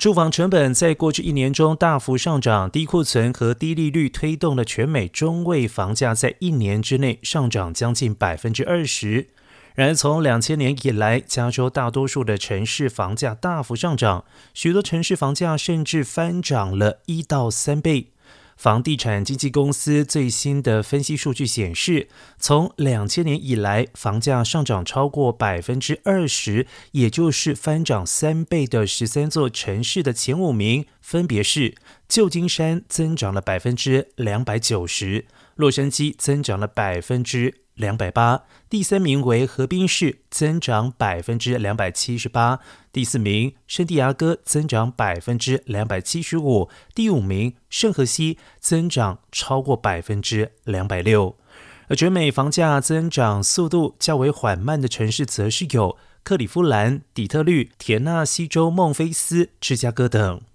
住房成本在过去1年中大幅上涨，低库存和低利率推动了全美中位房价在1年之内上涨将近20%。然而，从2000年以来，加州大多数的城市房价大幅上涨，许多城市房价甚至翻涨了1到3倍。房地产经纪公司最新的分析数据显示，从2000年以来，房价上涨超过20%，也就是翻涨3倍的13座城市的前5名，分别是旧金山增长了290%，洛杉矶增长了280%，第3名为河滨市，增长278%，第4名圣地亚哥增长275%，第5名圣荷西增长超过206%。而全美房价增长速度较为缓慢的城市则是有克利夫兰、底特律、田纳西州孟菲斯、芝加哥等。